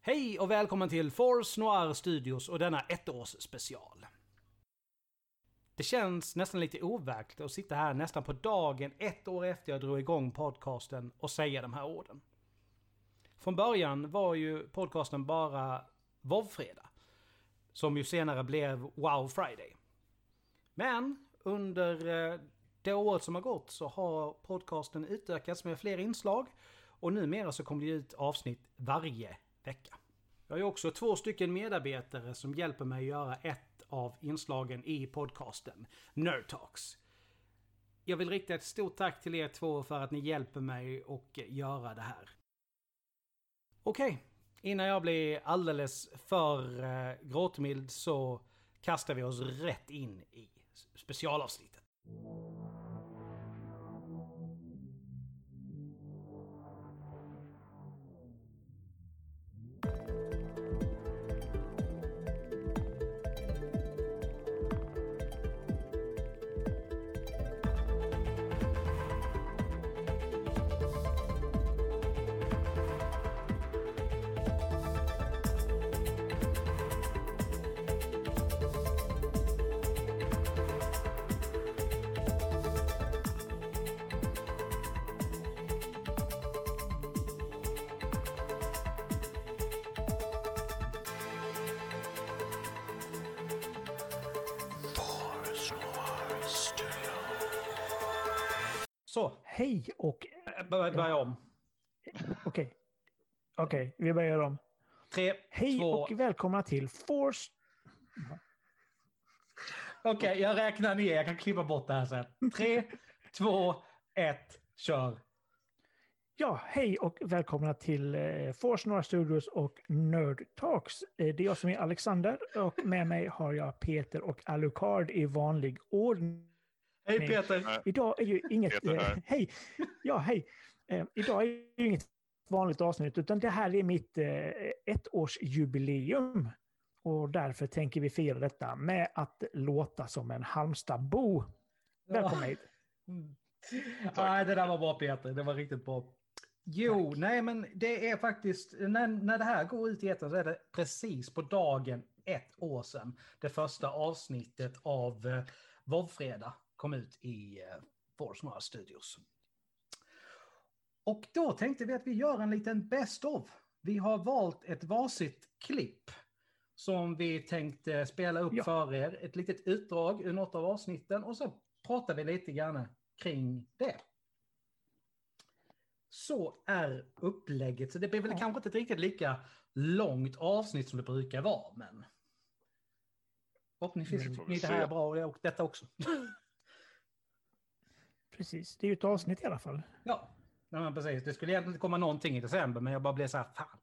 Hej och välkommen till Force Noir Studios och denna ettårsspecial. Det känns nästan lite overkligt att sitta här nästan på dagen ett år efter jag drog igång podcasten och säga de här orden. Från början var ju podcasten bara WoW-fredag, som ju senare blev WoW Friday. Men under det året som har gått så har podcasten utökats med fler inslag och numera så kommer det ut avsnitt varje vecka. Jag har ju också 2 stycken medarbetare som hjälper mig att göra ett av inslagen i podcasten, Nerd Talks. Jag vill rikta ett stort tack till er 2 för att ni hjälper mig att göra det här. Okej, innan jag blir alldeles för gråtmild så kastar vi oss rätt in i specialavsnittet. Så, hej och... börja om. Okej, vi börjar om. 3, hej 2... och välkomna till Force... Okej, jag räknar ner. Jag kan klippa bort det här sen. 3, 2, 1, kör. Ja, hej och välkomna till Force Noir Studios och Nerd Talks. Det är jag som är Alexander och med mig har jag Peter och Alucard i vanlig ordning. Hej Peter! Idag är ju inget... hej! Ja, hej! Idag är ju inget vanligt avsnitt utan det här är mitt ettårsjubileum. Och därför tänker vi fira detta med att låta som en Halmstadbo. Välkommen hit! Nej, det där var bra Peter. Det var riktigt bra. Jo, tack. Nej men det är faktiskt, när det här går ut i etern så är det precis på dagen 1 år sedan det första avsnittet av WoW-fredag kom ut i Force Noir Studios. Och då tänkte vi att vi gör en liten best of. Vi har valt ett varsitt klipp som vi tänkte spela upp för er. Ett litet utdrag ur något av avsnitten och så pratar vi lite grann kring det. Så är upplägget. Så det blir väl kanske inte ett riktigt lika långt avsnitt som det brukar vara, men förhoppningsvis ni det här är bra och detta också. Precis, det är ju ett avsnitt i alla fall. Ja, men precis. Det skulle egentligen inte komma någonting i december, men jag bara blev så här, fan.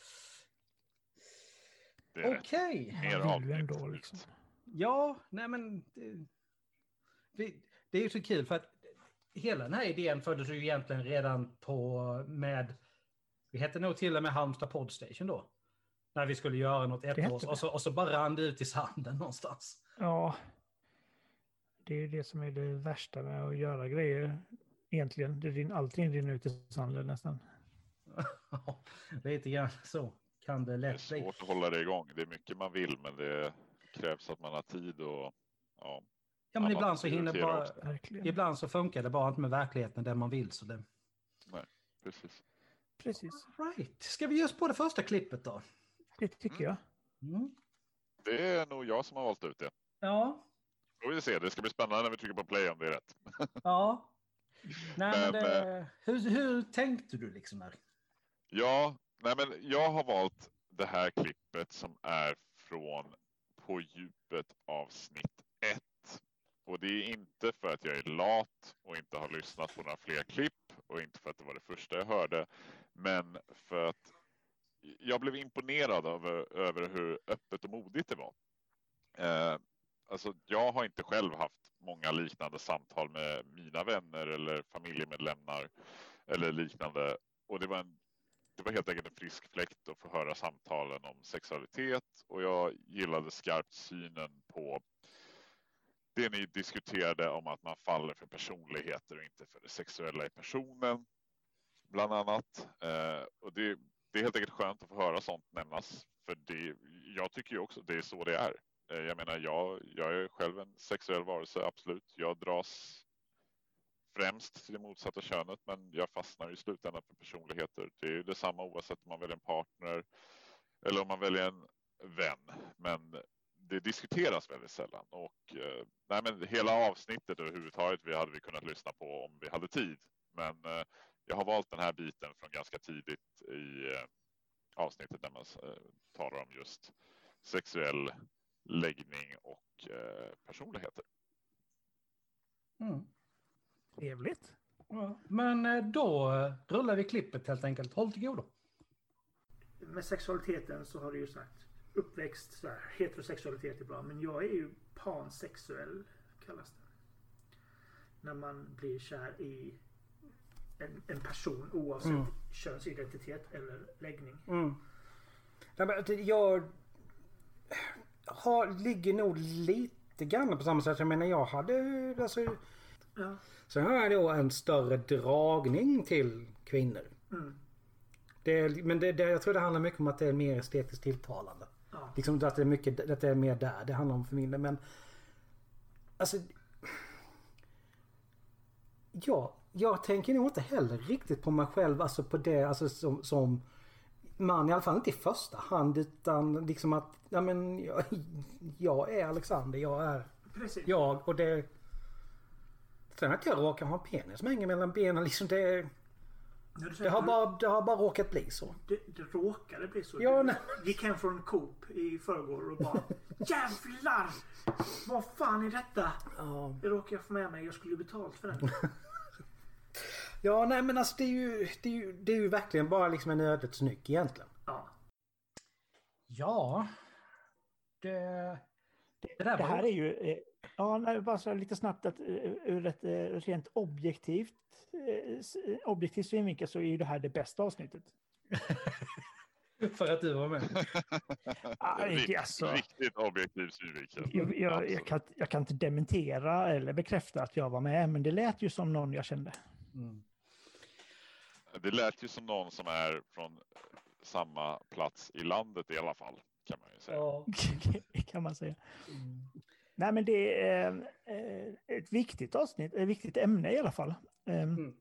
Okej. Ändå, liksom. Ja, nej men det är ju så kul för att hela den här idén föddes ju egentligen redan vi hette nog till och med Halmstad Podstation då. När vi skulle göra något ettårs och så bara rann det ut i sanden någonstans. Ja, det är det som är det värsta med att göra grejer egentligen. Allting rinner ut i sanden nästan. Lite grann så kan det lätt bli. Det är svårt att hålla det igång. Det är mycket man vill men det krävs att man har tid och ja, men ibland så funkar det bara inte med verkligheten där man vill. Så det... Nej, precis. Right. Ska vi just på det första klippet då? Det tycker jag. Mm. Det är nog jag som har valt ut det. Ja. Då vill vi se. Det ska bli spännande när vi trycker på play om det är rätt. Ja. Nej, men hur tänkte du liksom här? Ja, men jag har valt det här klippet som är från På djupet avsnitt 1. Och det är inte för att jag är lat och inte har lyssnat på några fler klipp och inte för att det var det första jag hörde, men för att jag blev imponerad över hur öppet och modigt det var. Alltså jag har inte själv haft många liknande samtal med mina vänner eller familjemedlemmar eller liknande, och det var helt enkelt en frisk fläkt att få höra samtalen om sexualitet, och jag gillade skarpt synen på det ni diskuterade om att man faller för personligheter och inte för det sexuella i personen, bland annat. Och det det är helt enkelt skönt att få höra sånt nämnas. För jag tycker ju också det är så det är. Jag menar, jag är själv en sexuell varelse, absolut. Jag dras främst till det motsatta könet, men jag fastnar i slutändan för personligheter. Det är detsamma oavsett om man väljer en partner eller om man väljer en vän. Men det diskuteras väldigt sällan. Och nej, men hela avsnittet överhuvudtaget hade vi kunnat lyssna på om vi hade tid. Men jag har valt den här biten från ganska tidigt i avsnittet där man talar om just sexuell läggning och personligheter. Trevligt. Ja, men då rullar vi klippet helt enkelt. Håll till godo. Med sexualiteten så har du ju sagt uppväxt så här, heterosexualitet är bra, men jag är ju pansexuell kallas det. När man blir kär i en person oavsett könsidentitet eller läggning. Jag ligger nog lite grann på samma sätt. Jag menar, jag hade alltså... Ja. Så har jag då en större dragning till kvinnor. Men jag tror det handlar mycket om att det är mer estetiskt tilltalande. Ja. Liksom att det är mycket, att det är mer där det handlar om för min del. Men alltså... Jag tänker nog inte heller riktigt på mig själv, alltså på det, alltså som man, i alla fall inte i första hand, utan liksom att ja, men jag är Alexander, jag är Precis. jag, och det sen att jag råkar ha en penis som hänger mellan benen, liksom det har bara råkat bli så. Det råkade bli så. Ja, du gick hem från Coop i förrgår och bara jävlar! Vad fan är detta? Ja. Det råkade jag få med mig, jag skulle ju betalt för den. Ja, nej men alltså det är ju verkligen bara liksom en ödets nyck egentligen. Ja. Ja. Det här är ju bara så lite snabbt att ur ett rent objektiv synvinkel så är ju det här det bästa avsnittet. För att du var med. Riktigt objektiv synvinkel. Jag kan inte dementera eller bekräfta att jag var med, men det lät ju som någon jag kände. Det lät ju som någon som är från samma plats i landet i alla fall, kan man ju säga. Ja. Kan man säga. Nej, men det är ett viktigt avsnitt, ett viktigt ämne i alla fall. Men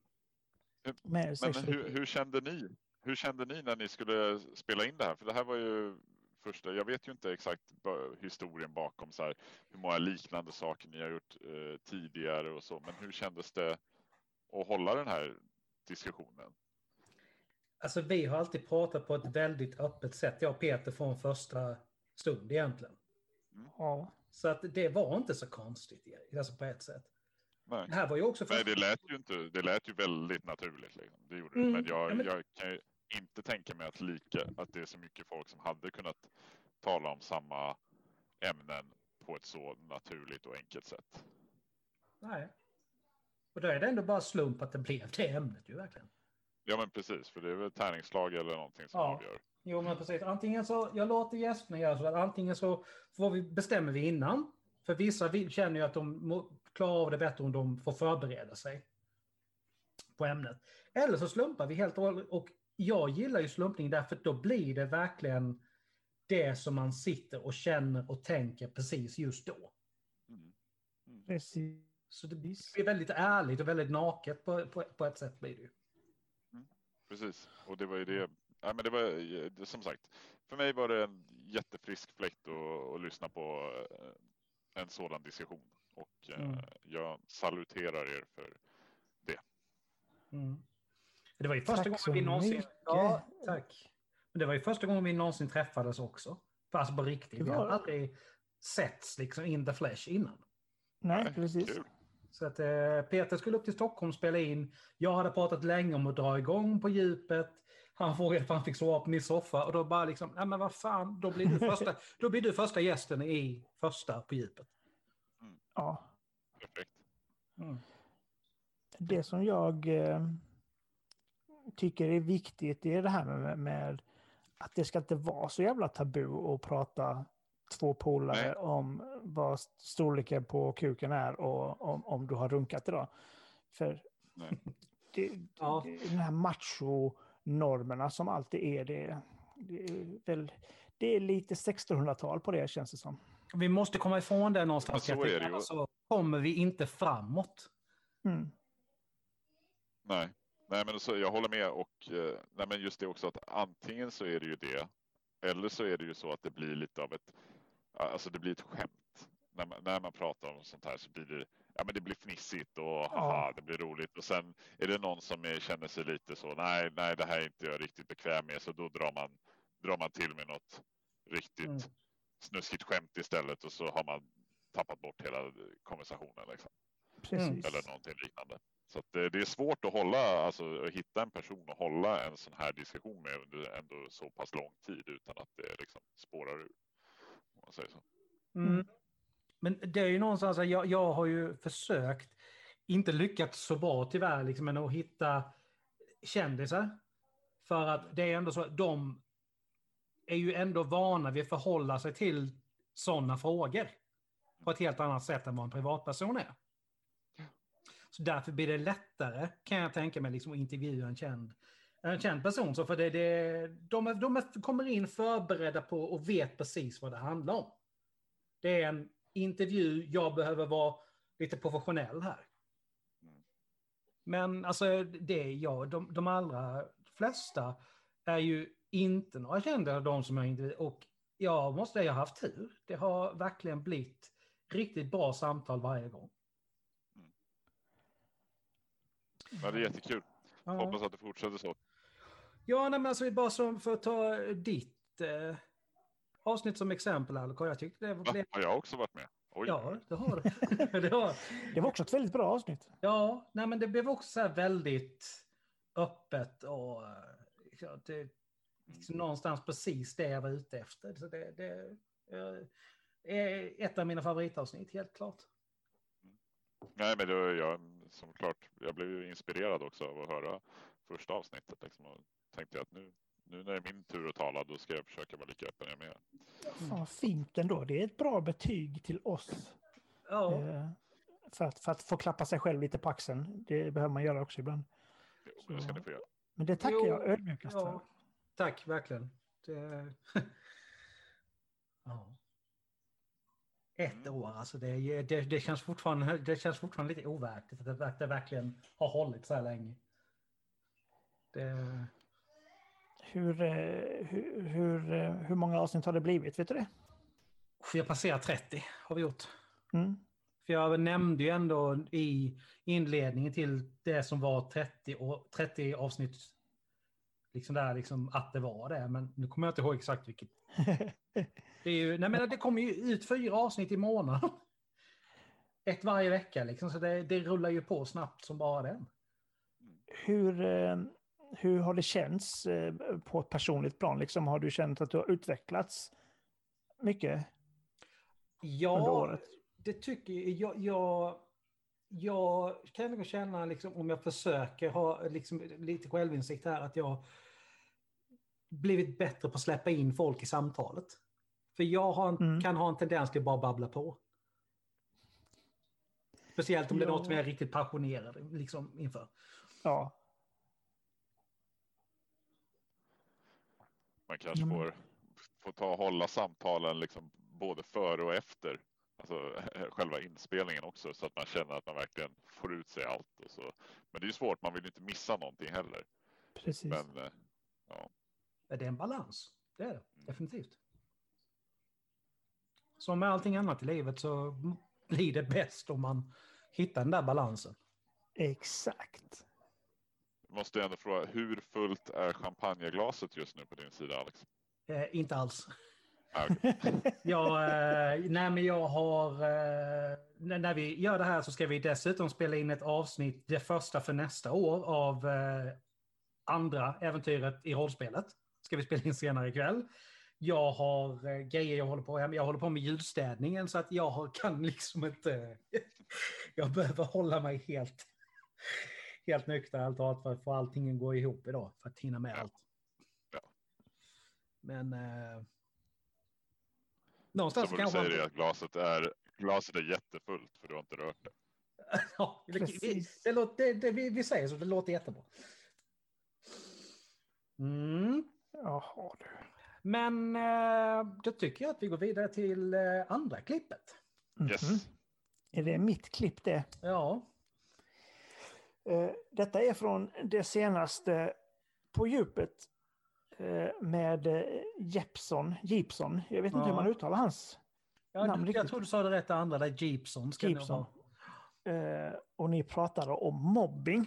hur kände ni? Hur kände ni när ni skulle spela in det här? För det här var ju första, jag vet ju inte exakt historien bakom så här, hur många liknande saker ni har gjort tidigare och så. Men hur kändes det att hålla den här diskussionen? Alltså vi har alltid pratat på ett väldigt öppet sätt. Jag och Peter från första stund egentligen. Ja. Så att det var inte så konstigt alltså på ett sätt. Nej. Det här var ju också Nej, det lät ju väldigt naturligt liksom. Det gjorde det. Men jag kan ju inte tänka mig att det är så mycket folk som hade kunnat tala om samma ämnen på ett så naturligt och enkelt sätt. Nej. Och då är det ändå bara slump att det blev det ämnet ju verkligen. Ja, men precis, för det är väl tärningslag eller någonting som avgör. Jo, men precis. Antingen så, jag låter gästerna göra så att antingen så bestämmer vi innan. För vissa känner ju att de klarar av det bättre om de får förbereda sig på ämnet. Eller så slumpar vi helt och jag gillar ju slumpning därför att då blir det verkligen det som man sitter och känner och tänker precis just då. Precis. Så det blir väldigt ärligt och väldigt naket på ett sätt blir det ju. Precis, och det var ju det. Ja, men det var som sagt, för mig var det en jättefrisk fläkt att lyssna på en sådan diskussion. Och jag saluterar er för det. Det var ju första gången vi någonsin... Ja, tack. Men det var ju första gången vi någonsin träffades också. Fast på riktigt. Vi har aldrig setts liksom in the flesh innan. Nej, precis. Kul. Så att Peter skulle upp till Stockholm och spela in. Jag hade pratat länge om att dra igång på djupet. Han frågade om han fick sova på min soffa. Och då bara liksom, nej men vad fan, då blir du första gästen i första på djupet. Ja. Perfekt. Det som jag tycker är viktigt är det här med att det ska inte vara så jävla tabu att prata två polare om vad storleken på kuken är och om du har runkat idag. För den här macho normerna som alltid är det. Det är lite 1600-tal på det, känns det som. Vi måste komma ifrån det någonstans. Ja, så är det ju. Så kommer vi inte framåt. Mm. Nej, men så, jag håller med. Och nej, men just det också att antingen så är det ju det. Eller så är det ju så att det blir lite av alltså det blir ett skämt. När man pratar om sånt här så blir det, men det blir fnissigt och haha, det blir roligt. Och sen är det någon som känner sig lite så, nej, det här är inte jag riktigt bekväm med. Så då drar man till med något riktigt snuskigt skämt istället. Och så har man tappat bort hela konversationen liksom. Precis. Eller någonting liknande. Så att det är svårt att att hitta en person och hålla en sån här diskussion med under ändå så pass lång tid utan att det liksom spårar ur. Om man säger så. Mm. Men det är ju någonstans, jag har ju försökt, inte lyckats så bra tyvärr, liksom, än att hitta kändisar. För att det är ändå så att de är ju ändå vana vid att förhålla sig till sådana frågor på ett helt annat sätt än vad en privatperson är. Så därför blir det lättare, kan jag tänka mig, liksom, att intervjua en känd person. Så för de kommer in förberedda på och vet precis vad det handlar om. Det är en intervju, jag behöver vara lite professionell här. Men alltså, de allra flesta är ju inte några kända, de som jag intervjuar. Och jag måste säga, jag har haft tur. Det har verkligen blivit riktigt bra samtal varje gång. Ja, det är jättekul. Hoppas att det fortsätter så. Ja, men alltså bara som för att ta ditt avsnitt som exempel, Alko. Jag tyckte det var... Har jag också varit med? Oj. Ja, det har du. Det var också ett väldigt bra avsnitt. Ja, men det blev också så här väldigt öppet och det liksom någonstans precis det jag var ute efter. Så det är ett av mina favoritavsnitt, helt klart. Nej, men jag blev ju inspirerad också av att höra första avsnittet. Liksom, och tänkte att nu när det är min tur att tala, då ska jag försöka vara lika öppen jag med. Fan, fint ändå. Det är ett bra betyg till oss. Ja. För att få klappa sig själv lite på axeln. Det behöver man göra också ibland. Jo, det ska ni få göra. Men det tackar jag ödmjukast för. Tack, verkligen. Ja. Ett år, alltså det känns fortfarande lite overkligt att det verkligen har hållit så här länge. Hur många avsnitt har det blivit, vet du det? Vi har passerat 30, har vi gjort. För jag nämnde ju ändå i inledningen till det som var 30 avsnitt liksom där, liksom att det var det, men nu kommer jag inte ihåg exakt vilket. Det är ju, det kommer ju ut 4 avsnitt i månaden. Ett varje vecka liksom, så det rullar ju på snabbt som bara den. Hur har det känts på ett personligt plan? Liksom, har du känt att du har utvecklats mycket under året? Det tycker jag kan nog känna, liksom, om jag försöker ha liksom lite självinsikt här, att jag blivit bättre på att släppa in folk i samtalet. För jag kan ha en tendens till att bara babbla på. Speciellt om det är något som jag är riktigt passionerad liksom, inför. Ja. Man kanske får hålla samtalen liksom både före och efter. Alltså själva inspelningen också, så att man känner att man verkligen får ut sig allt. Och så. Men det är ju svårt, man vill inte missa någonting heller. Precis. Men, ja. Det är en balans, det är det, definitivt. Som med allting annat i livet så blir det bäst om man hittar den där balansen. Exakt. Måste jag ändå fråga, hur fullt är champagneglaset just nu på din sida, Alex? Inte alls. Okay. Jag har... när vi gör det här så ska vi dessutom spela in ett avsnitt, det första för nästa år, av andra äventyret i rollspelet. Ska vi spela in senare ikväll. Jag har grejer jag håller på med ljudstädningen, så att kan liksom inte... jag behöver hålla mig helt nykter allt för att få allting att gå ihop idag, för att hinna med allt. Ja. Men någonstans så kanske... säger att glaset är jättefullt, för du har inte rört det. Ja, vi säger så, det låter jättebra. Jaha du. Men då tycker jag att vi går vidare till andra klippet. Yes. Är det mitt klipp det? Ja. Detta är från det senaste På djupet med Jeppson. Jag vet inte hur man uttalar hans namn riktigt. Jag tror du sa det rätt andra, där Jeepson ska det vara. Och ni pratade om mobbing.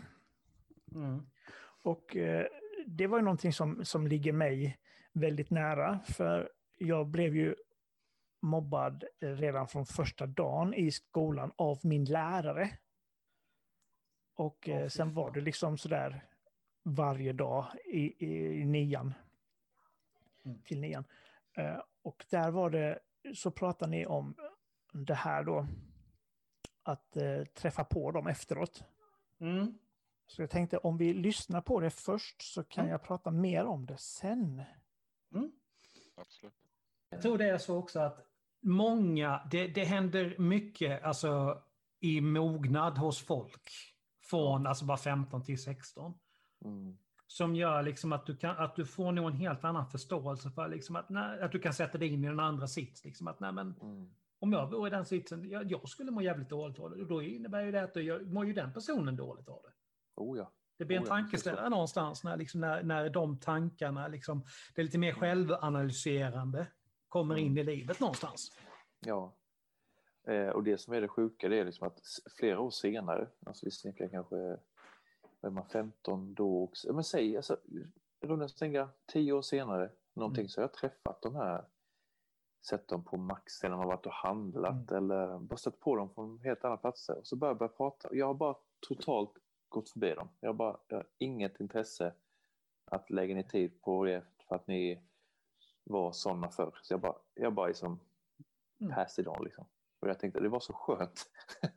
Och det var ju någonting som ligger mig väldigt nära. För jag blev ju mobbad redan från första dagen i skolan av min lärare. Och sen var det liksom sådär varje dag i nian. Till nian. Och där var det, så pratade ni om det här då. Att träffa på dem efteråt. Så jag tänkte om vi lyssnar på det först så kan jag prata mer om det sen. Absolut. Jag tror det är så också att många, det händer mycket alltså, i mognad hos folk. Från alltså bara 15 till 16. Som gör liksom att du får nog en helt annan förståelse för liksom att du kan sätta dig in i den andra sits. Liksom att, nej, men, om jag vore i den sitsen, jag skulle må jävligt dåligt av det. Och då innebär ju det att jag mår ju den personen dåligt av det. Det blir en tankeställare någonstans när de tankarna, liksom, det är lite mer självanalyserande, kommer in i livet någonstans. Ja. Och det som är det sjuka, det är liksom att flera år senare, alltså vi snackar kanske, är man 15 då också, men säg, alltså, runt 10 år senare, någonting, så har jag träffat de här, sett dem på Max när man har varit och handlat eller bara stött på dem från helt andra platser och så börjar jag prata. Jag har bara totalt gått förbi dem. Jag har inget intresse att lägga ner tid på det för att ni var sådana förr. Så jag bara liksom passed on liksom. Och jag tänkte det var så skönt.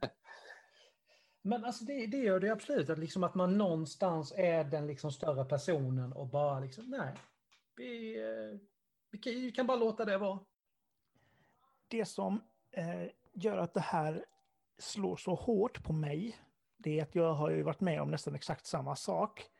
Men alltså det gör det absolut, att man någonstans är den liksom större personen och bara liksom, nej, vi kan bara låta det vara. Det som gör att det här slår så hårt på mig, det är att jag har ju varit med om nästan exakt samma sak.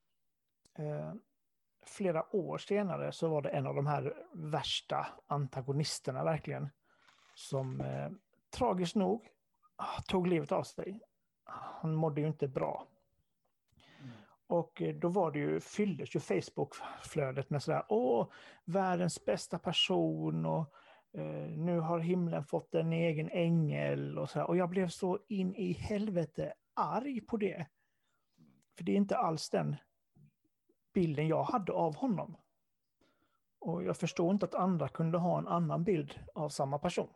Flera år senare så var det en av de här värsta antagonisterna verkligen, som tragiskt nog tog livet av sig. Han mådde ju inte bra. Och då var det ju, fylldes ju Facebook-flödet med sådär, världens bästa person och nu har himlen fått en egen ängel och sådär. Och jag blev så in i helvete arg på det. För det är inte alls den bilden jag hade av honom. Och jag förstår inte att andra kunde ha en annan bild av samma person.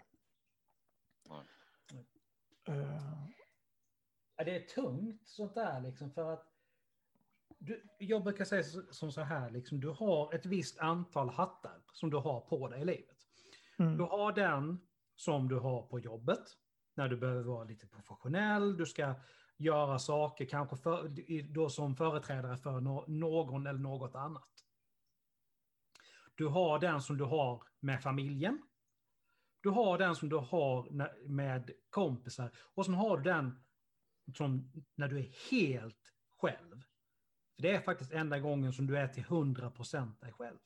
Det är tungt sånt där liksom, för att jag brukar säga som så här liksom, du har ett visst antal hattar som du har på dig i livet. Du har den som du har på jobbet när du behöver vara lite professionell, du ska göra saker kanske då som företrädare för någon eller något annat. Du har den som du har med familjen. Du har den som du har med kompisar. Och sen har du den som när du är helt själv. För det är faktiskt enda gången som du är till 100% dig själv.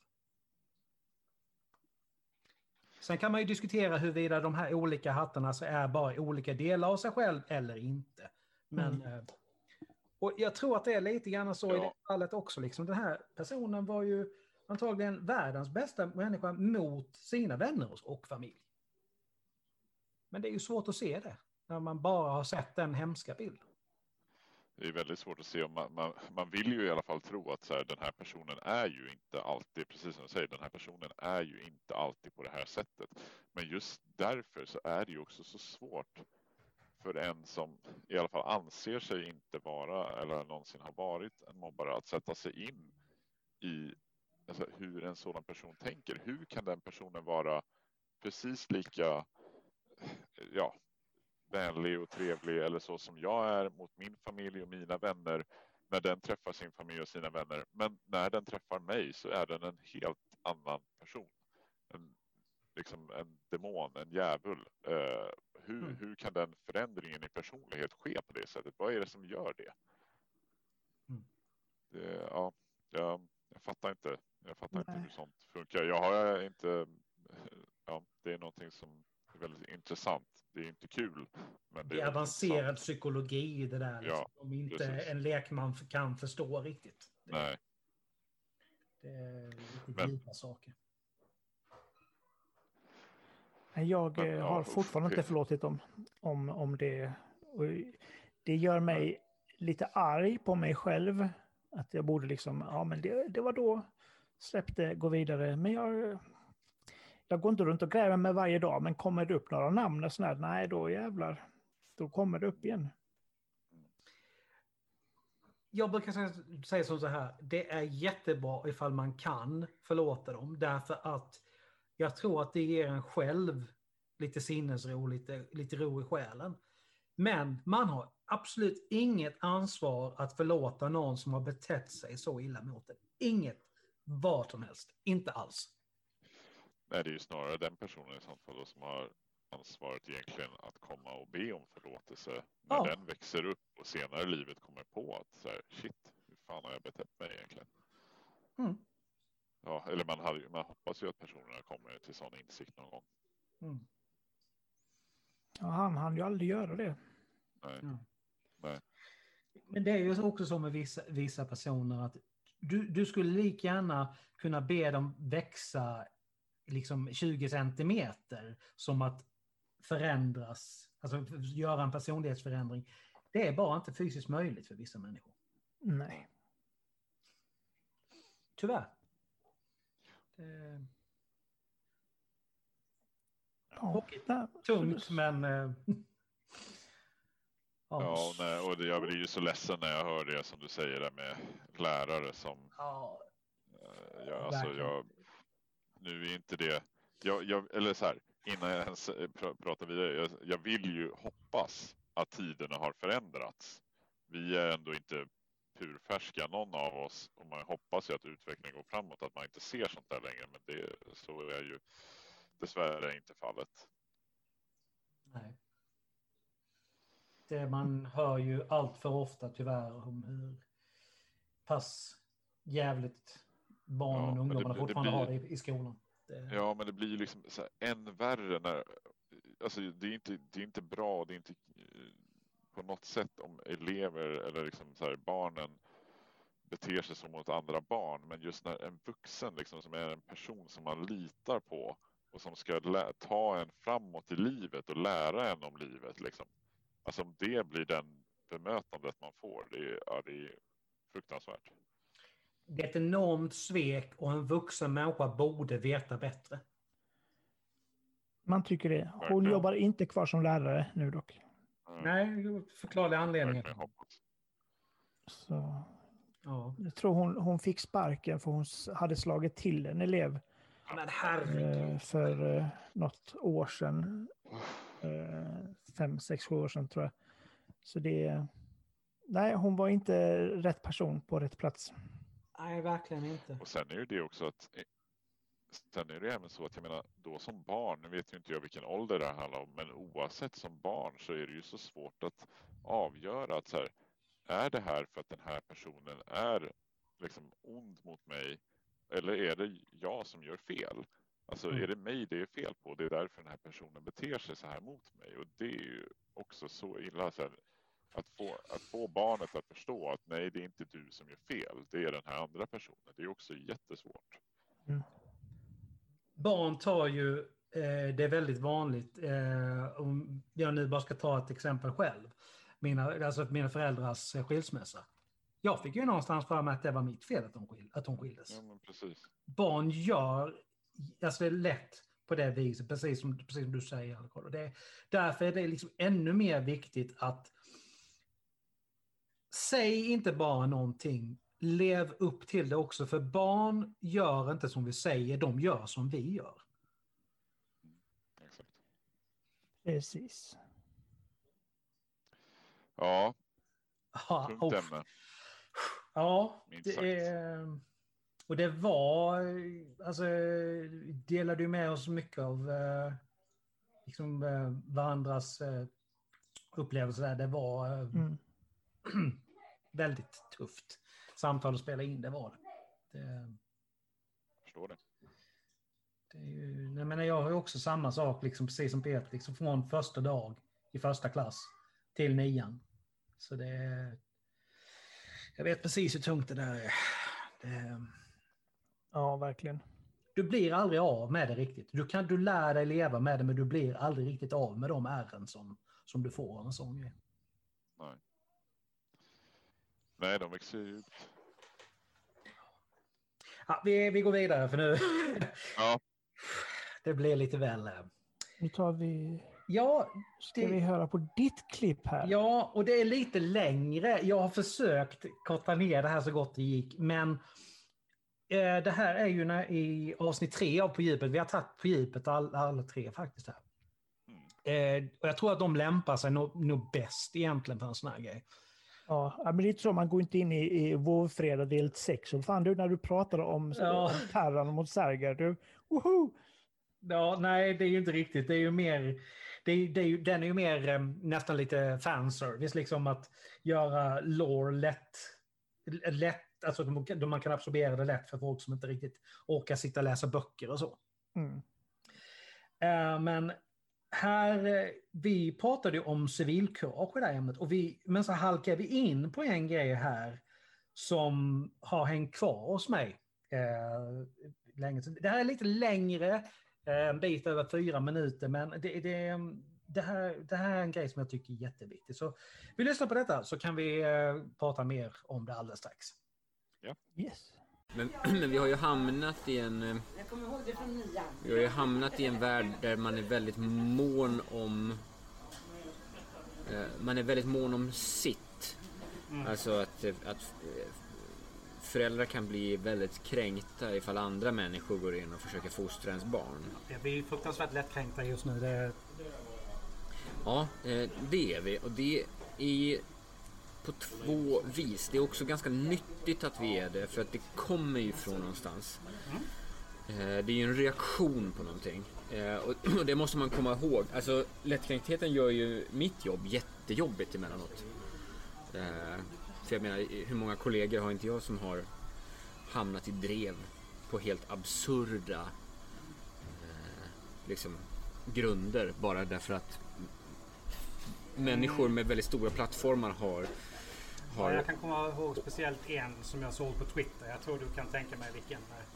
Sen kan man ju diskutera huruvida de här olika hattarna så är bara olika delar av sig själv eller inte. Men, och jag tror att det är lite grann så i det fallet också. Liksom. Den här personen var ju antagligen världens bästa människa mot sina vänner och familj. Men det är ju svårt att se det när man bara har sett den hemska bilden. Det är väldigt svårt att se. Man vill ju i alla fall tro att så här, den här personen är ju inte alltid, precis som du säger, den här personen är ju inte alltid på det här sättet. Men just därför så är det ju också så svårt för en som i alla fall anser sig inte vara eller någonsin har varit en mobbare att sätta sig in i alltså, hur en sådan person tänker. Hur kan den personen vara precis lika vänlig och trevlig eller så som jag är mot min familj och mina vänner när den träffar sin familj och sina vänner. Men när den träffar mig så är den en helt annan person. En demon, en djävul. Hur kan den förändringen i personlighet ske på det sättet? Vad är det som gör det? Jag fattar inte hur sånt funkar. Jag har inte, ja, det är någonting som är väldigt intressant. Det är inte kul, men det är avancerad psykologi det där. Liksom. Ja, om inte precis. en lekman kan förstå riktigt. Nej. Det är riktigt djupa saker. Jag har fortfarande inte förlåtit om det. Och det gör mig lite arg på mig själv. Att jag borde liksom, ja men det var då, släppte, gå vidare. Men jag går inte runt och gräver med varje dag, men kommer det upp några namn och sådär, nej då jävlar, då kommer det upp igen. Jag brukar säga så här, det är jättebra ifall man kan förlåta dem, därför att jag tror att det ger en själv lite sinnesro, lite ro i själen. Men man har absolut inget ansvar att förlåta någon som har betett sig så illa mot en. Inget, vad som helst, inte alls. Nej, det är ju snarare den personen i sånt fall som har ansvaret egentligen att komma och be om förlåtelse när den växer upp och senare i livet kommer på att så här, shit, hur fan har jag betett mig egentligen? Mm. Ja, eller man hoppas ju att personerna kommer till sån insikt någon gång. Mm. Ja, han hann ju aldrig göra det. Nej. Ja. Nej. Men det är ju också så med vissa personer att du skulle lika gärna kunna be dem växa liksom 20 centimeter som att förändras, alltså göra en personlighetsförändring. Det är bara inte fysiskt möjligt för vissa människor. Nej. Tyvärr. Tungt, men... Ja, nej, och jag blir ju så ledsen när jag hör det som du säger där med lärare som... Nu är inte det... eller så här, innan jag ens pratar vidare, jag vill ju hoppas att tiderna har förändrats. Vi är ändå inte purfärska någon av oss, och man hoppas ju att utvecklingen går framåt, att man inte ser sånt där längre, men så är ju dessvärre inte fallet. Nej. Man hör ju allt för ofta tyvärr om hur pass jävligt barn och ungdomarna fortfarande har det i skolan. Ja, men det blir ju liksom så här än värre när, alltså det är inte bra, det är inte på något sätt om elever eller liksom så här barnen beter sig som mot andra barn, men just när en vuxen liksom, som är en person som man litar på och som ska ta en framåt i livet och lära en om livet liksom. Alltså om det blir den bemötandet man får, det är fruktansvärt. Det är ett enormt svek och en vuxen människa borde veta bättre. Man tycker det. Hon jobbar inte kvar som lärare nu dock. Nej, förklarliga anledningar. Så jag tror hon fick sparken för hon hade slagit till en elev. Men herregud. För något år sedan. 5-6 år sedan tror jag. Så nej, hon var inte rätt person på rätt plats. Nej, verkligen inte. Och sen är ju det också att sen är det även så att jag menar, då som barn, nu vet ju inte jag vilken ålder det handlar om, men oavsett som barn så är det ju så svårt att avgöra att så här, är det här för att den här personen är liksom ond mot mig, eller är det jag som gör fel? Alltså är det mig det är fel på, det är därför den här personen beter sig så här mot mig, och det är ju också så illa så här, att få barnet att förstå att nej, det är inte du som gör fel, det är den här andra personen, det är också jättesvårt. Barn tar ju, det är väldigt vanligt, om jag nu bara ska ta ett exempel själv, mina föräldrars skilsmässa. Jag fick ju någonstans för mig att det var mitt fel att de skildes. Ja, men precis. Barn gör, alltså det är lätt på det viset, precis som du säger. Och därför är det liksom ännu mer viktigt att säg inte bara någonting, lev upp till det också, för barn gör inte som vi säger, de gör som vi gör. Exakt. Precis. Ja. Tungt ämne. Ja, och det var, alltså delade ju med oss mycket av liksom varandras upplevelser där. Det var väldigt tufft samtal att spela in, det var det. Förstår det. Det är ju, jag menar, jag har ju också samma sak, liksom, precis som Peter, liksom från första dag i första klass till 9. Så det är... Jag vet precis hur tungt det där är. Ja, verkligen. Du blir aldrig av med det riktigt. Du lär dig leva med det, men du blir aldrig riktigt av med de ärren som du får av en sån grej. Nej, de växer ut. Ja, vi går vidare för nu. Ja. Det blir lite väl... Nu tar vi... Ja, Ska vi höra på ditt klipp här? Ja, och det är lite längre. Jag har försökt korta ner det här så gott det gick, men det här är ju i avsnitt 3 av På djupet. Vi har tagit På djupet alla 3 faktiskt här. Och jag tror att de lämpar sig nog bäst egentligen för en sån här grej. Ja, men det är inte så, man går inte in i Vårfredag del 6. Och fan du, när du pratade om terran mot Serger, du, woho! Ja, nej, det är ju inte riktigt. Det är ju mer... den är ju mer nästan lite fanservice, liksom att göra lore lätt, alltså man kan absorbera det lätt för folk som inte riktigt orkar sitta och läsa böcker och så. Men här, vi pratade ju om civilkurage i det här ämnet, men så halkar vi in på en grej här som har hängt kvar hos mig länge. Det här är lite längre, en bit över 4 minuter, men det här är en grej som jag tycker är jätteviktig. Så vi lyssnar på detta så kan vi prata mer om det alldeles strax. Ja. Yes. Men vi har ju hamnat i en... Vi har ju hamnat i en värld där man är väldigt mån om... Man är väldigt mån om sitt. Alltså att föräldrar kan bli väldigt kränkta ifall andra människor går in och försöker fostra ens barn. Vi är fruktansvärt lättkränkta just nu. Ja, det är vi. Och det är på 2 vis. Det är också ganska nyttigt att vi är det, för att det kommer ju från någonstans. Det är ju en reaktion på någonting. Och det måste man komma ihåg. Alltså, lättkränktheten gör ju mitt jobb jättejobbigt emellanåt. För jag menar, hur många kollegor har inte jag som har hamnat i drev på helt absurda liksom grunder, bara därför att människor med väldigt stora plattformar har... Ja, jag kan komma ihåg speciellt en som jag såg på Twitter. Jag tror du kan tänka mig vilken.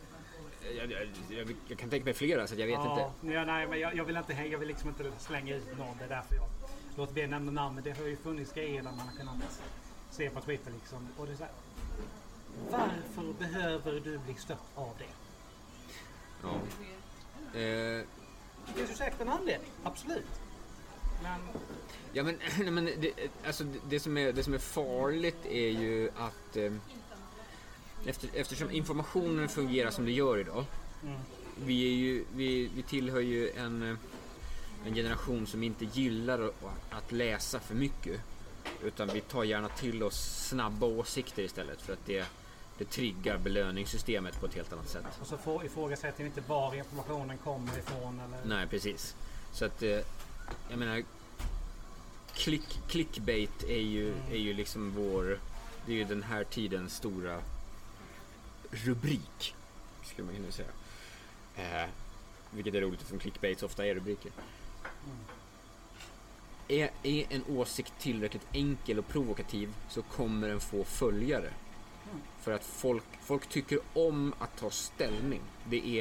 Jag kan tänka mig flera, så jag vet inte. Ja, nej, men jag vill liksom inte slänga ut någon. Det är därför jag låter bli nämna namn. Men det har ju funnits grejer där man har kunnat se på Twitter liksom. Och det är så här, varför behöver du bli stött av det? Ja. Det finns ju säkert en anledning, absolut. Men... Ja, men det som är farligt är ju att eftersom informationen fungerar som det gör idag. Vi tillhör ju en generation som inte gillar att läsa för mycket, utan vi tar gärna till oss snabba åsikter istället, för att det triggar belöningssystemet på ett helt annat sätt. Och så ifrågasätter vi inte var informationen kommer ifrån eller... Nej, precis. Så att jag menar, clickbait är ju liksom det är ju den här tidens stora rubrik, skulle man kunna säga. Vilket är roligt, eftersom clickbaits ofta är rubriker. Är en åsikt tillräckligt enkel och provokativ, så kommer den få följare. För att folk tycker om att ta ställning. Det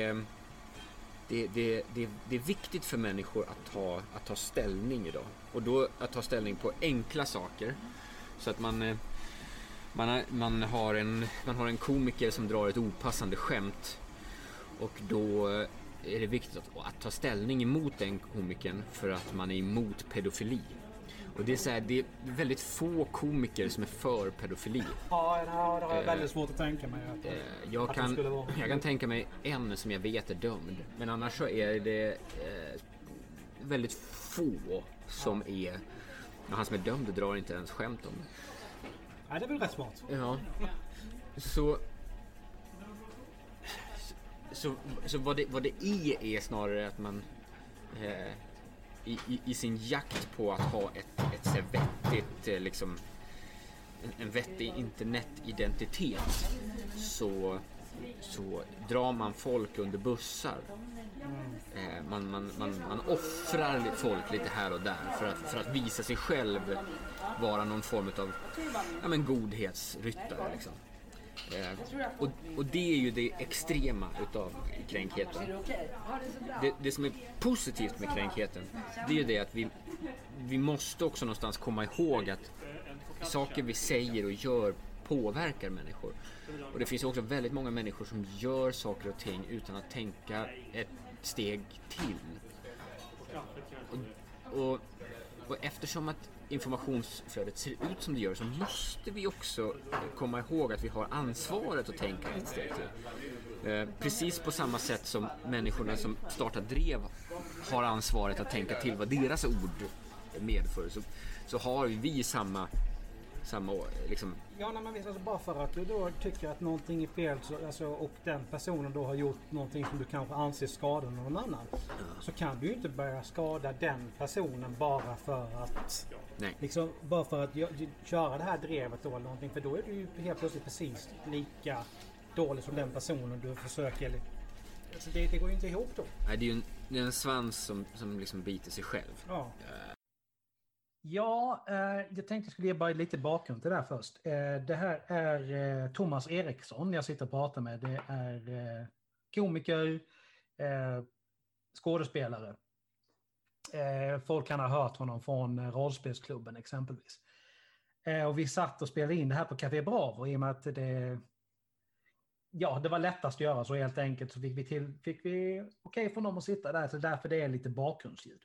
är viktigt för människor att ta ställning idag. Och då att ta ställning på enkla saker. Så att man har en komiker som drar ett opassande skämt. Och då är det viktigt att ta ställning emot den komikern, för att man är emot pedofili. Och det är så här, det är väldigt få komiker som är för pedofili. Ja, det har jag väldigt svårt att tänka mig. Jag kan tänka mig en som jag vet är dömd. Men annars så är det väldigt få som är... Han som är dömd drar inte ens skämt om det. Nej, det är väl rätt smart. Ja. Så vad det är snarare att man... I sin jakt på att ha ett så vettigt liksom en vettig internetidentitet, så så drar man folk under bussar. Man offrar folk lite här och där för att visa sig själv vara någon form av godhetsryttare liksom. Och det är ju det extrema utav kränkheten. Det som är positivt med kränkheten, det är ju det att vi måste också någonstans komma ihåg att saker vi säger och gör påverkar människor. Och det finns också väldigt många människor som gör saker och ting utan att tänka ett steg till. Och eftersom att informationsflödet ser ut som det gör, så måste vi också komma ihåg att vi har ansvaret att tänka ett steg till. Precis på samma sätt som människorna som startar drev har ansvaret att tänka till vad deras ord medför, så har vi samma liksom. Ja, men visst, alltså bara för att du då tycker att någonting är fel och den personen då har gjort någonting som du kanske anser skada någon annan, så kan du ju inte börja skada den personen bara för att köra det här drevet då eller någonting, för då är du ju helt plötsligt precis lika dålig som den personen du försöker. Alltså det går ju inte ihop då. Nej, det är ju en svans som liksom biter sig själv. Ja. Ja, jag tänkte jag skulle ge bara lite bakgrund till det här först. Det här är Thomas Eriksson jag sitter och pratar med. Det är komiker, skådespelare. Folk kan ha hört honom från rollspelsklubben exempelvis. Och vi satt och spelade in det här på Café Bravo i och med att det var lättast att göra så helt enkelt. Så fick vi okej från dem att sitta där, så därför det är lite bakgrundsljud.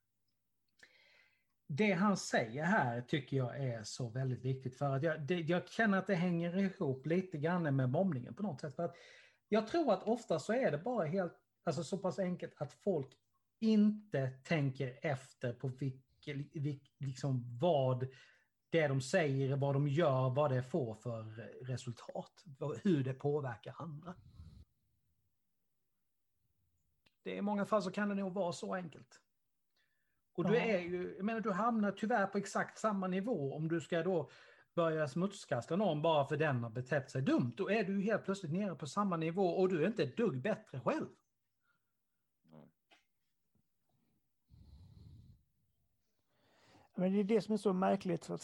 Det han säger här tycker jag är så väldigt viktigt, för att jag känner att det hänger ihop lite grann med mobbningen på något sätt. För att jag tror att ofta så är det bara så pass enkelt att folk inte tänker efter på liksom vad det de säger, vad de gör, vad det får för resultat, hur det påverkar andra. Det är i många fall så kan det nog vara så enkelt. Och du hamnar tyvärr på exakt samma nivå om du ska då börja smutskasta någon bara för den har betett sig dumt. Då är du helt plötsligt nere på samma nivå och du är inte ett dugg bättre själv. Men det är det som är så märkligt, för att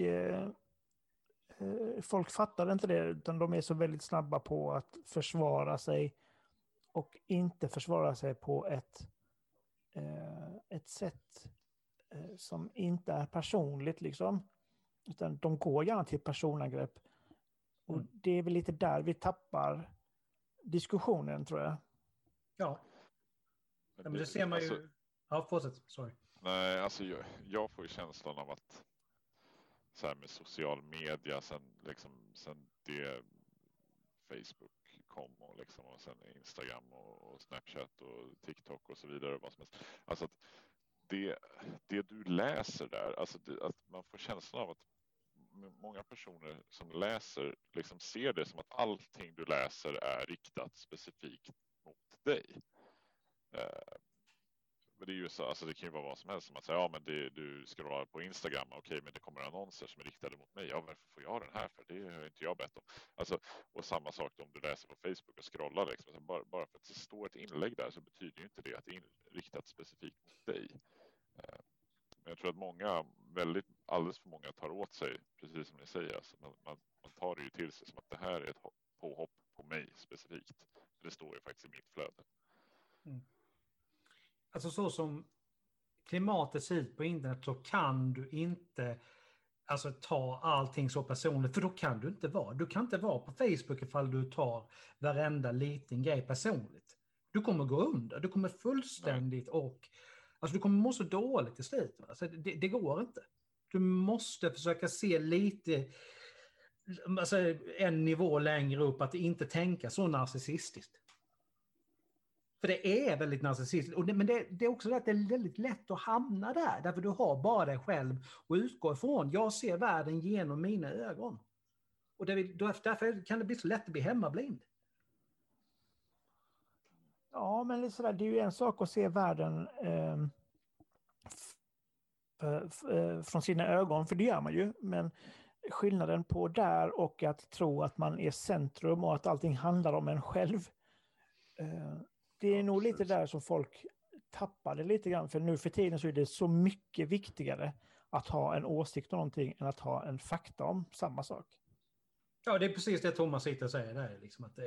folk fattar inte det, utan de är så väldigt snabba på att försvara sig och inte försvara sig på ett sätt som inte är personligt liksom, utan de går gärna till personangrepp, och det är väl lite där vi tappar diskussionen, tror jag. Ja, men det ser man ju. Ja, fortsätt, sorry. Nej, alltså jag får ju känslan av att så här med social media sen det Facebook kom och sen Instagram och Snapchat och TikTok och så vidare och vad som helst. Alltså att det du läser där, alltså att man får känslan av att många personer som läser liksom ser det som att allting du läser är riktat specifikt mot dig. Men det är ju så, alltså det kan ju vara vad som helst, som att säga, men du scrollar på Instagram, okej, men det kommer annonser som är riktade mot mig. Ja, varför får jag den här? För det har inte jag bett om. Alltså, och samma sak då, om du läser på Facebook och scrollar liksom, så bara för att det står ett inlägg där så betyder ju inte det att det är riktat specifikt mot dig. Men jag tror att alldeles för många tar åt sig, precis som ni säger. Alltså, man tar det ju till sig som att det här är ett påhopp på mig specifikt. För det står ju faktiskt i mitt flöde. Mm. Alltså så som klimatet ser ut på internet så kan du inte ta allting så personligt, för då kan du inte vara. Du kan inte vara på Facebook ifall du tar varenda liten grej personligt. Du kommer gå under, du kommer fullständigt du kommer må så dåligt i slut. Alltså det går inte. Du måste försöka se lite, en nivå längre upp, att inte tänka så narcissistiskt. För det är väldigt narcissistiskt. Men det är också det att det är väldigt lätt att hamna där. Därför du har bara dig själv att utgå ifrån. Jag ser världen genom mina ögon. Och därför kan det bli så lätt att bli hemmablind. Ja, men det är ju en sak att se världen från sina ögon. För det gör man ju. Men skillnaden på där och att tro att man är centrum och att allting handlar om en själv. Det är nog lite där som folk tappade lite grann. För nu för tiden så är det så mycket viktigare att ha en åsikt om någonting än att ha en fakta om samma sak. Ja, det är precis det Thomas sitter och säger där. Liksom att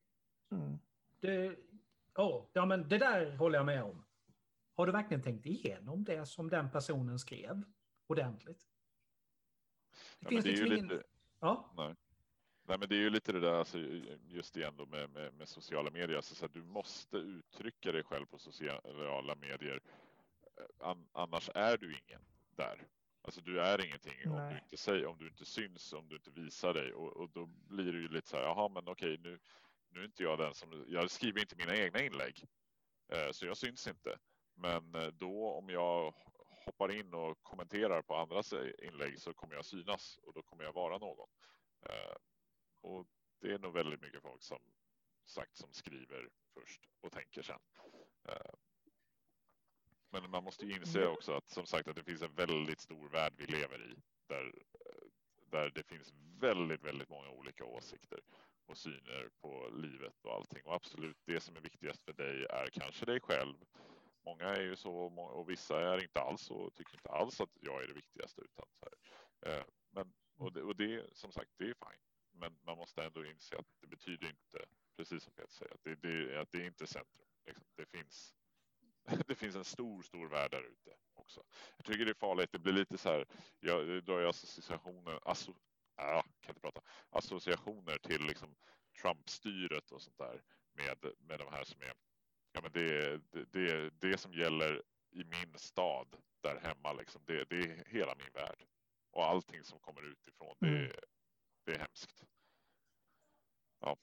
ja, men det där håller jag med om. Har du verkligen tänkt igenom det som den personen skrev ordentligt? Det finns liksom ingen... Ja. Nej, men det är ju lite det där, alltså, just igen då med sociala medier. Alltså, så här, du måste uttrycka dig själv på sociala medier. Annars är du ingen där. Alltså du är ingenting om du inte säger, om du inte syns, om du inte visar dig. Och då blir det ju lite så här, jaha men okej, nu är inte jag den som, jag skriver inte mina egna inlägg. Så jag syns inte. Men då om jag hoppar in och kommenterar på andras inlägg så kommer jag synas och då kommer jag vara någon. Och det är nog väldigt mycket folk som skriver först och tänker sen. Men man måste ju inse också att som sagt att det finns en väldigt stor värld vi lever i där det finns väldigt, väldigt många olika åsikter och syner på livet och allting. Och absolut, det som är viktigast för dig är kanske dig själv. Många är ju så och vissa är inte alls och tycker inte alls att jag är det viktigaste utan så här. Och det som sagt, det är fine. Men man måste ändå inse att det betyder inte, precis som Peter säger, att det är inte centrum. Liksom. Det finns en stor värld där ute också. Jag tycker det är farligt. Det blir lite så här, jag drar ju associationer till liksom Trump-styret och sånt där med de här som är, ja men det som gäller i min stad där hemma liksom, det är hela min värld. Och allting som kommer utifrån, det är hemskt. Ja.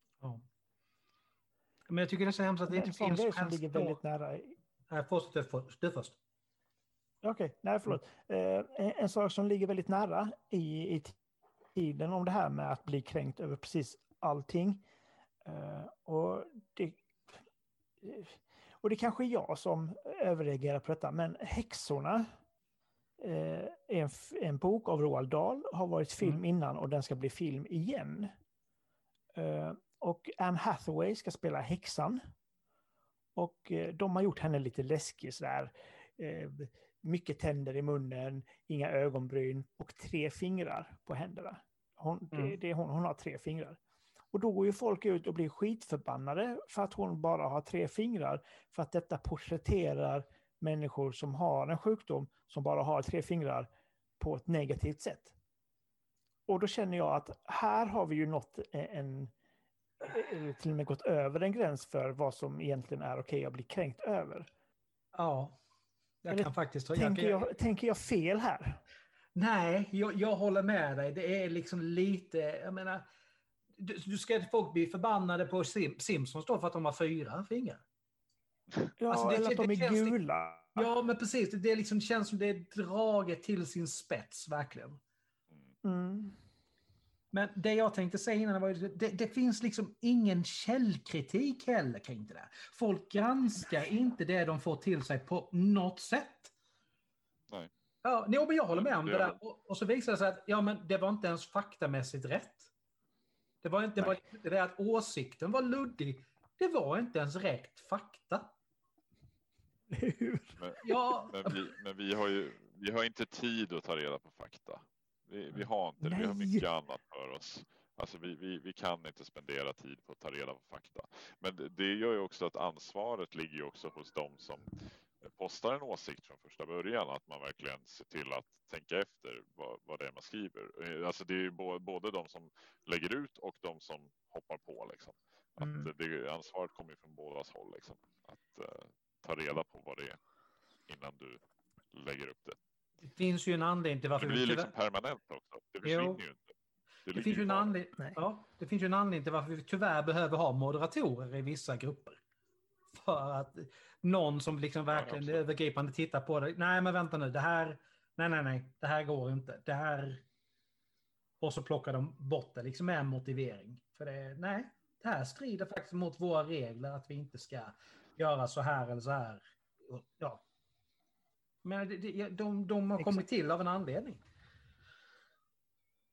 Men jag tycker det är så hemskt att det inte finns... En som ligger väldigt nära... Nej, du först. Okej, nej förlåt. En sak som ligger väldigt nära i tiden om det här med att bli kränkt över precis allting. Och det kanske är jag som överreagerar på detta, men Häxorna är en bok av Roald Dahl, har varit film innan och den ska bli film igen. Och Anne Hathaway ska spela häxan. Och de har gjort henne lite läskig sådär. Mycket tänder i munnen, inga ögonbryn och 3 fingrar på händerna. Hon har 3 fingrar. Och då går ju folk ut och blir skitförbannade för att hon bara har 3 fingrar. För att detta porträtterar människor som har en sjukdom som bara har 3 fingrar på ett negativt sätt. Och då känner jag att här har vi ju nått till och med gått över en gräns för vad som egentligen är okej att bli kränkt över. Ja, kan faktiskt... Tänker jag fel här? Nej, jag håller med dig. Det är liksom lite... Jag menar, du ska folk bli förbannade på Simpsons då för att de har 4 fingrar? Ja, alltså eller att de är gula. Ja, men precis. Det liksom känns som det är draget till sin spets, verkligen. Men det jag tänkte säga innan var ju, det finns liksom ingen källkritik heller kring det där. Folk granskar inte det de får till sig på något sätt. Nej. Ja, men jag håller med om det där. Och så visar det sig att men det var inte ens faktamässigt rätt. Det var inte det att åsikten var luddig. Det var inte ens rätt fakta. Men vi har inte tid att ta reda på fakta. Vi har inte det. Vi har mycket annat för oss. Alltså vi kan inte spendera tid på att ta reda på fakta. Men det gör ju också att ansvaret ligger ju också hos dem som postar en åsikt från första början. Att man verkligen ser till att tänka efter vad det är man skriver. Alltså det är ju både de som lägger ut och de som hoppar på liksom. Att ansvaret kommer från bådas håll liksom. Att ta reda på vad det är innan du lägger upp det. Det finns ju en anledning till varför... Det blir liksom permanent också. Det försvinner ju inte. Det finns ju en anledning till varför vi tyvärr behöver ha moderatorer i vissa grupper. För att någon som liksom verkligen övergripande tittar på det. Nej, men vänta nu. Det här... Nej. Det här går inte. Det här... Och så plockar de bort det liksom med en motivering. För det här strider faktiskt mot våra regler att vi inte ska göra så här eller så här. Ja. Men de har kommit till av en anledning.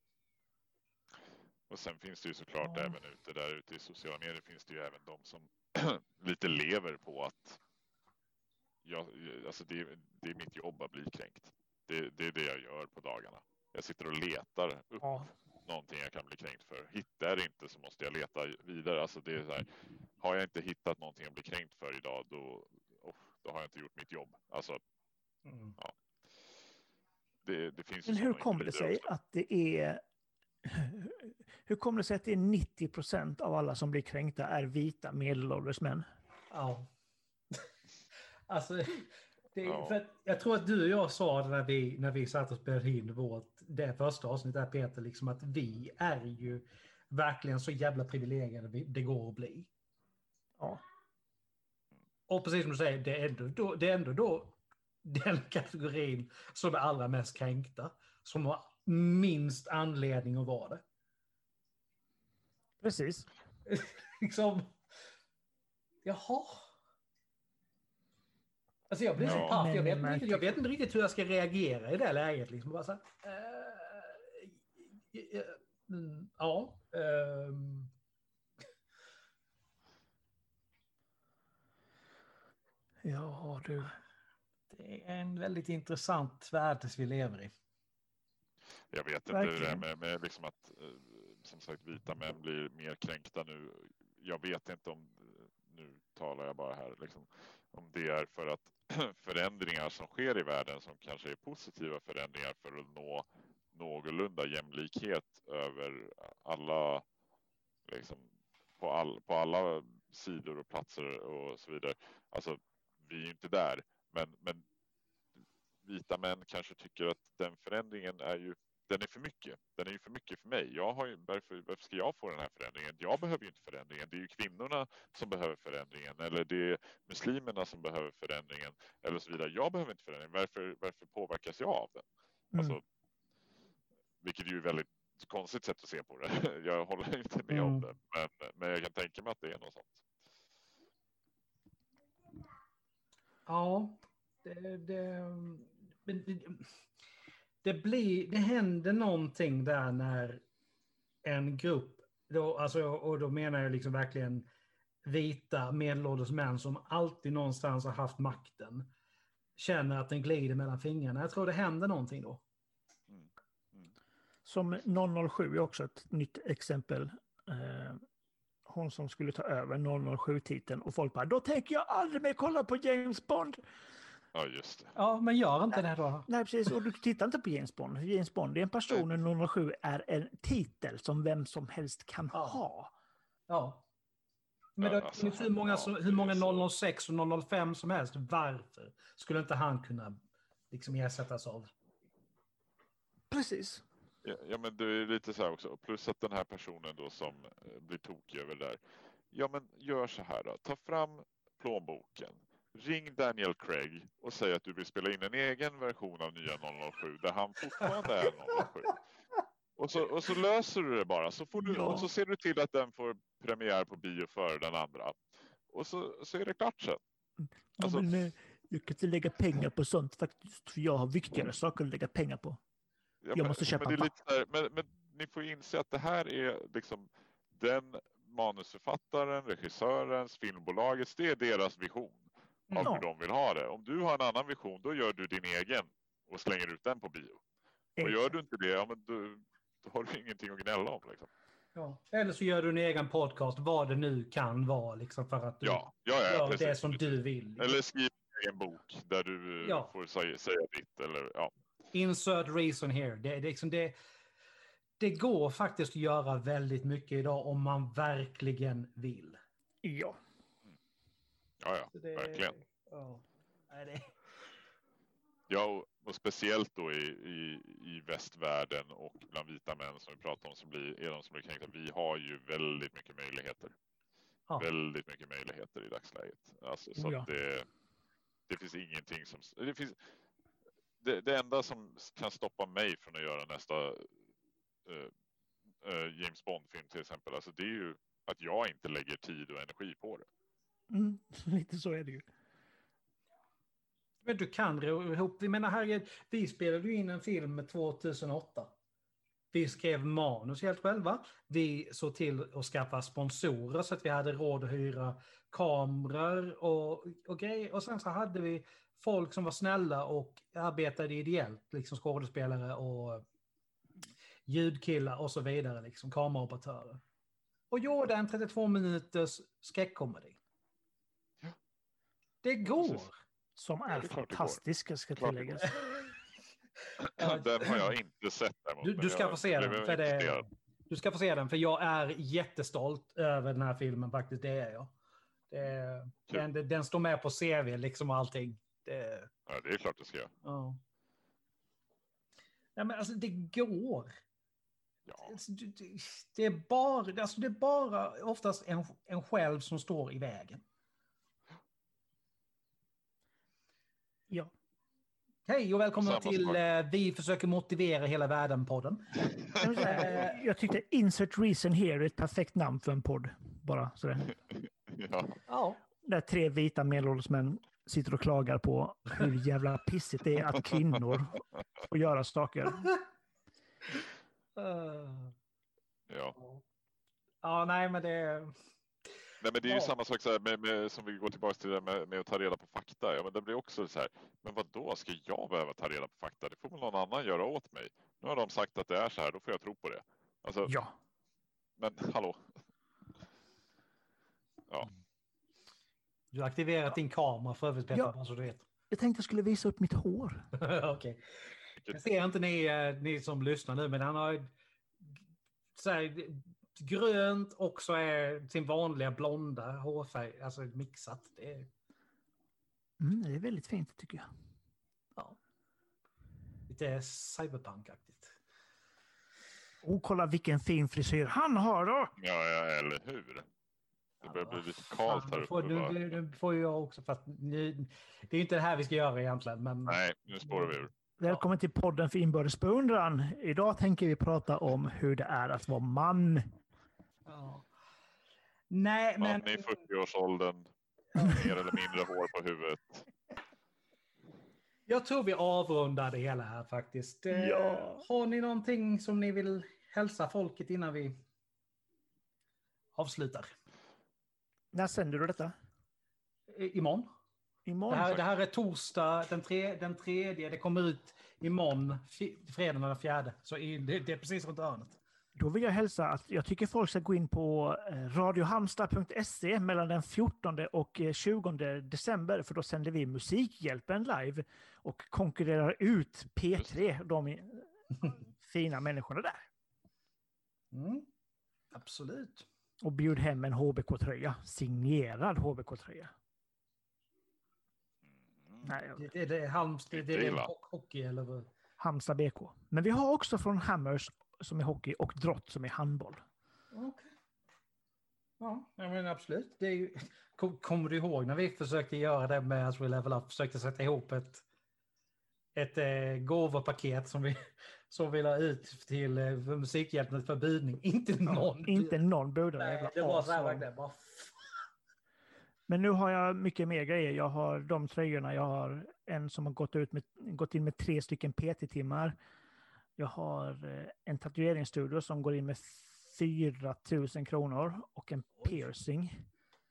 Och sen finns det ju såklart även ute i sociala medier finns det ju även de som lite lever på att alltså det är mitt jobb att bli kränkt. Det är det jag gör på dagarna. Jag sitter och letar upp någonting jag kan bli kränkt för. Hittar jag det inte så måste jag leta vidare. Alltså det är så här, har jag inte hittat någonting att bli kränkt för idag då har jag inte gjort mitt jobb. Alltså, ja. Det finns ju. Men hur kommer det sig att det är... Hur kommer det sig att det är 90% av alla som blir kränkta är vita medelålders män? Ja. Alltså, för att jag tror att du och jag sa det när vi satt och spelade in det första avsnittet där, Peter, liksom att vi är ju verkligen så jävla privilegierade det går att bli. Ja. Och precis som du säger, det är ändå då den kategorin som är allra mest kränkta, som har minst anledning att vara det. Precis. Liksom, jaha. Alltså jag blir så paff, jag vet inte riktigt hur jag ska reagera i det läget. Liksom. Bara så här, Ja, du. Det är en väldigt intressant värld vi lever i. Jag vet inte det där med liksom att som sagt vita män blir mer kränkta nu. Jag vet inte om, nu talar jag bara här liksom, om det är för att förändringar som sker i världen som kanske är positiva förändringar för att nå någorlunda jämlikhet över alla liksom, på alla sidor och platser och så vidare. Alltså vi är ju inte där, men vita män kanske tycker att den förändringen den är för mycket. Den är ju för mycket för mig. Varför ska jag få den här förändringen? Jag behöver ju inte förändringen. Det är ju kvinnorna som behöver förändringen. Eller det är muslimerna som behöver förändringen. Eller så vidare. Jag behöver inte förändringen. Varför påverkas jag av den? Alltså, vilket är ju väldigt konstigt sätt att se på det. Jag håller inte med om det. Men jag kan tänka mig att det är något sånt. Ja, det händer någonting där när en grupp, och då menar jag liksom verkligen vita medelålders män som alltid någonstans har haft makten, känner att den glider mellan fingrarna. Jag tror det händer någonting då. Som 007 är också ett nytt exempel. Hon som skulle ta över 007-titeln och folk bara, då tänker jag aldrig mer kolla på James Bond. Ja, just det. Ja, men gör inte det då. Nej, precis. Och du tittar inte på James Bond. James Bond är en person, 007 är en titel som vem som helst kan ha. Ja. Men det finns hur många 006 och 005 som helst. Varför skulle inte han kunna liksom ersättas av? Precis. Ja, men det är lite så här också. Plus att den här personen då som blir tokig över det där. Ja, men gör så här då. Ta fram plånboken. Ring Daniel Craig och säg att du vill spela in en egen version av nya 007 där han fortfarande är 007. Och så löser du det bara. Och så ser du till att den får premiär på bio före den andra. Och så är det klart sen. Alltså, men, jag kan inte lägga pengar på sånt faktiskt. För jag har viktigare saker att lägga pengar på. Jag måste köpa men ni får inse att det här är liksom den manusförfattaren, regissörens, filmbolagets, det är deras vision av hur de vill ha det. Om du har en annan vision, då gör du din egen och slänger ut den på bio. Och gör du inte det, ja, men då har du ingenting att gnälla om. Liksom. Ja. Eller så gör du en egen podcast, vad det nu kan vara, liksom, för att du gör precis, det som du vill. Liksom. Eller skriv en egen bok där du får säga ditt. Eller, Insert reason here. Det går faktiskt att göra väldigt mycket idag om man verkligen vill. Ja. Ja, verkligen. Ja, och speciellt då i västvärlden och bland vita män som vi pratar om som är de som blir kränkta. Vi har ju väldigt mycket möjligheter. Ja. Väldigt mycket möjligheter i dagsläget. Alltså, så att det finns ingenting som... Det enda som kan stoppa mig från att göra nästa James Bond-film till exempel, alltså det är ju att jag inte lägger tid och energi på det. Lite så är det ju. Men du kan ro ihop. Vi menar, vi spelade ju in en film 2008. Vi skrev manus helt själva. Vi såg till att skaffa sponsorer så att vi hade råd att hyra kameror och grejer. Och sen så hade vi folk som var snälla och arbetade ideellt, liksom skådespelare och ljudkillar och så vidare, liksom kameraoperatörer. Och gjorde en 32 minuters skräckkomedi. Ja. Det går. Precis. Som är det är klart det fantastiska, ska Klart det tilläggas. Den har jag inte sett däremot. Du ska få se den. För det, du ska få se den, för jag är jättestolt över den här filmen faktiskt. Det är jag. Den står med på CV liksom och allting. Ja, det är klart det ska jag. Ja. Ja, men alltså det går. Ja. Det är bara oftast en själv som står i vägen. Ja. Hej och välkomna Samma till sak. Vi försöker motivera hela världen-podden. Jag tyckte Insert Reason Here är ett perfekt namn för en podd. Bara sådär. Ja. Ja. Där 3 vita medelålders män sitter och klagar på hur jävla pissigt det är att kvinnor får göra saker. Ja. Ja, nej men det... Nej, men det är ju Ja. samma sak så här, med som vi går tillbaka till det med att ta reda på fakta. Ja, men det blir också så här, men vad då ska jag behöva ta reda på fakta? Det får väl någon annan göra åt mig. Nu har de sagt att det är så här, då får jag tro på det. Alltså, Ja. men hallå. Ja, Du har aktiverat din kamera för övrigt, Peter, Ja. bara så du vet. Jag tänkte jag skulle visa upp mitt hår. Okej. Jag ser inte ni som lyssnar nu, men han har så här, grönt och så är sin vanliga blonda hårfärg, alltså mixat. Det är Det är väldigt fint tycker jag. lite cyberpunk-aktigt. Kolla vilken fin frisyr han har då! ja, eller hur? Det börjar bli lite kallt här uppe. Nu får jag också, fast det är ju inte det här vi ska göra egentligen. Men... Nej, nu spårar vi ur. Välkommen till podden för inbördes beundran. Idag tänker vi prata om hur det är att vara man. Ja. Nej, men... Man i 40-årsåldern, mer eller mindre hår på huvudet. Jag tror vi avrundar det hela här faktiskt. Ja. Har ni någonting som ni vill hälsa folket innan vi avslutar? När sänder du detta? Imorgon. Imorgon? Det här är torsdag den tredje. Det kommer ut imorgon, fredagen den 4. Så det är precis runt hörnet. Då vill jag hälsa att jag tycker folk ska gå in på radiohalmstad.se mellan den 14 och 20 december, för då sänder vi Musikhjälpen live och konkurrerar ut P3, de fina människorna där. Mm. Absolut. Och bjud hem en HBK-tröja, signerad HBK-tröja. Nej, Det är Halmstad, det är illa. hockey eller vad? Halmstad BK. Men vi har också från Hammers som är hockey och Drott som är handboll. Okej. Ja, men absolut. Det är ju... Kommer du ihåg när vi försökte göra det med As We Level Up? Försökte sätta ihop ett gåvopaket som vi la ut till Musikhjälpen för budning. Inte någon. Inte någon budare. Nej, jävla det var så här as. verkligen. Bara... Men nu har jag mycket mer grejer. Jag har de tröjorna. Jag har en som har gått in med 3 stycken PT-timmar. Jag har en tatueringsstudio som går in med 4 000 kronor och en piercing.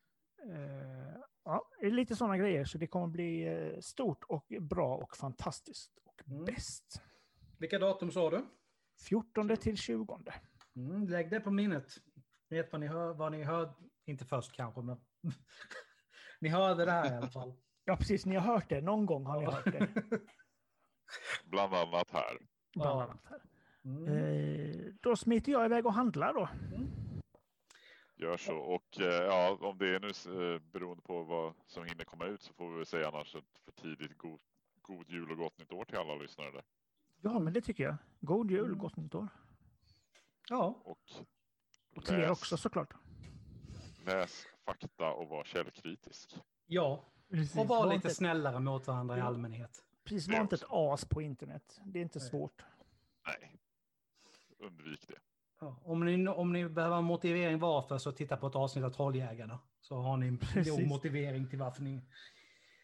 Ja, det är lite sådana grejer. Så det kommer bli stort och bra och fantastiskt och bäst. Vilka datum sa du? 14 till 20. Lägg det på minnet. Vet vad ni hör. Inte först kanske, men ni hörde det här i alla fall. Ja, precis. Ni har hört det. Någon gång har ni hört det. Bland annat här. Bland annat här. Då smiter jag iväg och handlar då. Gör så. Och ja, om det är nu beroende på vad som hinner komma ut, så får vi väl säga annars ett för tidigt god jul och gott nytt år till alla lyssnare där. Ja, men det tycker jag. God jul, gott nytt år. Ja. Och till er också såklart. Läs fakta och var källkritisk. Ja. Precis. Och var lite snällare mot varandra i allmänhet. Precis, var inte ett as på internet. Det är inte svårt. Nej. Undvik det. Ja. Om ni behöver en motivering varför, så titta på ett avsnitt av Trolljägarna. Så har ni en god motivering till varför ni...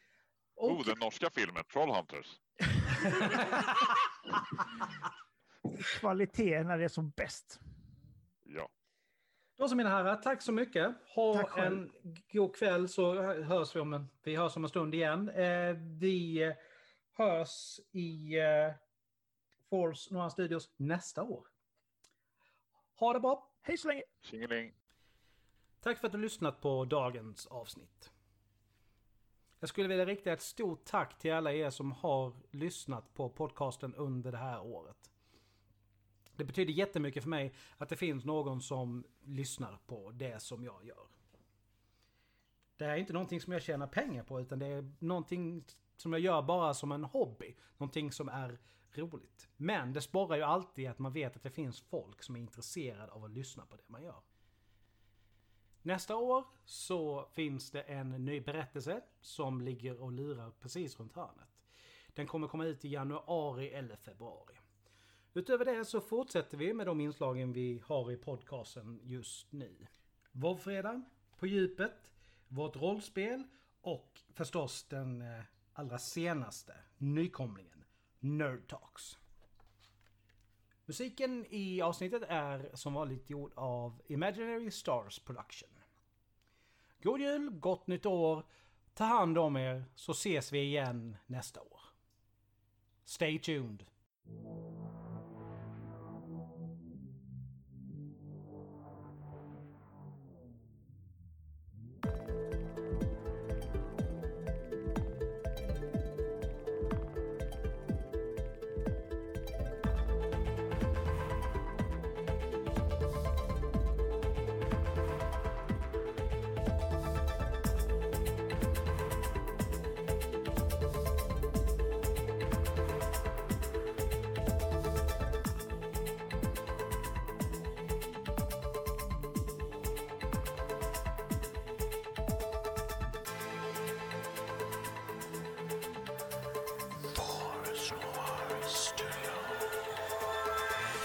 Den norska filmen Trollhunters. kvalitet när det är som bäst. Ja. Då så mina herrar, tack så mycket. Tack Ha en god kväll så hörs vi vi hörs om en stund igen. Vi hörs i Force Noir Studios nästa år. Ha det bra. Hej så länge! Tjingeling. Tack för att du lyssnat på dagens avsnitt. Jag skulle vilja rikta ett stort tack till alla er som har lyssnat på podcasten under det här året. Det betyder jättemycket för mig att det finns någon som lyssnar på det som jag gör. Det här är inte någonting som jag tjänar pengar på, utan det är någonting som jag gör bara som en hobby. Någonting som är roligt. Men det sporrar ju alltid att man vet att det finns folk som är intresserade av att lyssna på det man gör. Nästa år så finns det en ny berättelse som ligger och lurar precis runt hörnet. Den kommer komma ut i januari eller februari. Utöver det så fortsätter vi med de inslagen vi har i podcasten just nu. Vårfredag, På djupet, vårt rollspel och förstås den allra senaste nykomlingen, Nerd Talks. Musiken i avsnittet är som vanligt gjord av Imaginary Stars Production. God jul, gott nytt år, ta hand om er så ses vi igen nästa år. Stay tuned!